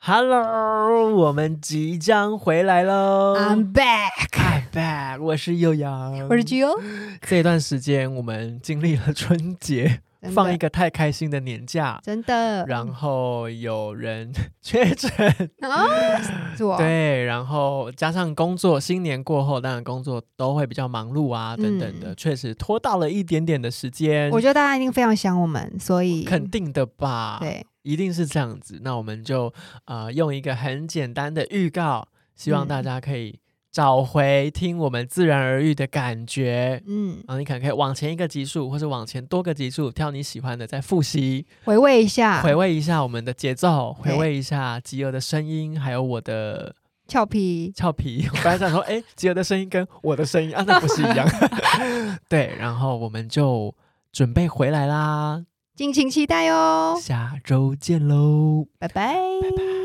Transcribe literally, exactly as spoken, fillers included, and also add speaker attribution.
Speaker 1: Hello， 我们即将回来喽
Speaker 2: I'm back
Speaker 1: I'm back， 我是佑阳，
Speaker 2: 我是 Gio。
Speaker 1: 这段时间我们经历了春节，放一个太开心的年假，
Speaker 2: 真的，
Speaker 1: 然后有人确诊
Speaker 2: 啊，是我，
Speaker 1: 对，然后加上工作，新年过后当然工作都会比较忙碌啊等等的，确、嗯、实拖到了一点点的时间。
Speaker 2: 我觉得大家一定非常想我们，所以
Speaker 1: 肯定的吧，
Speaker 2: 对，
Speaker 1: 一定是这样子。那我们就呃用一个很简单的预告，希望大家可以找回听我们自然而愈的感觉。嗯，然后你可能可以往前一个集数，或是往前多个集数，挑你喜欢的再复习，
Speaker 2: 回味一下，
Speaker 1: 回味一下我们的节奏，回味一下吉儿的声音，还有我的
Speaker 2: 俏皮
Speaker 1: 俏皮。我本来想说，哎，吉儿的声音跟我的声音啊，那不是一样？对，然后我们就准备回来啦。
Speaker 2: 敬请期待哦，
Speaker 1: 下周见喽，
Speaker 2: 拜拜，
Speaker 1: 拜拜。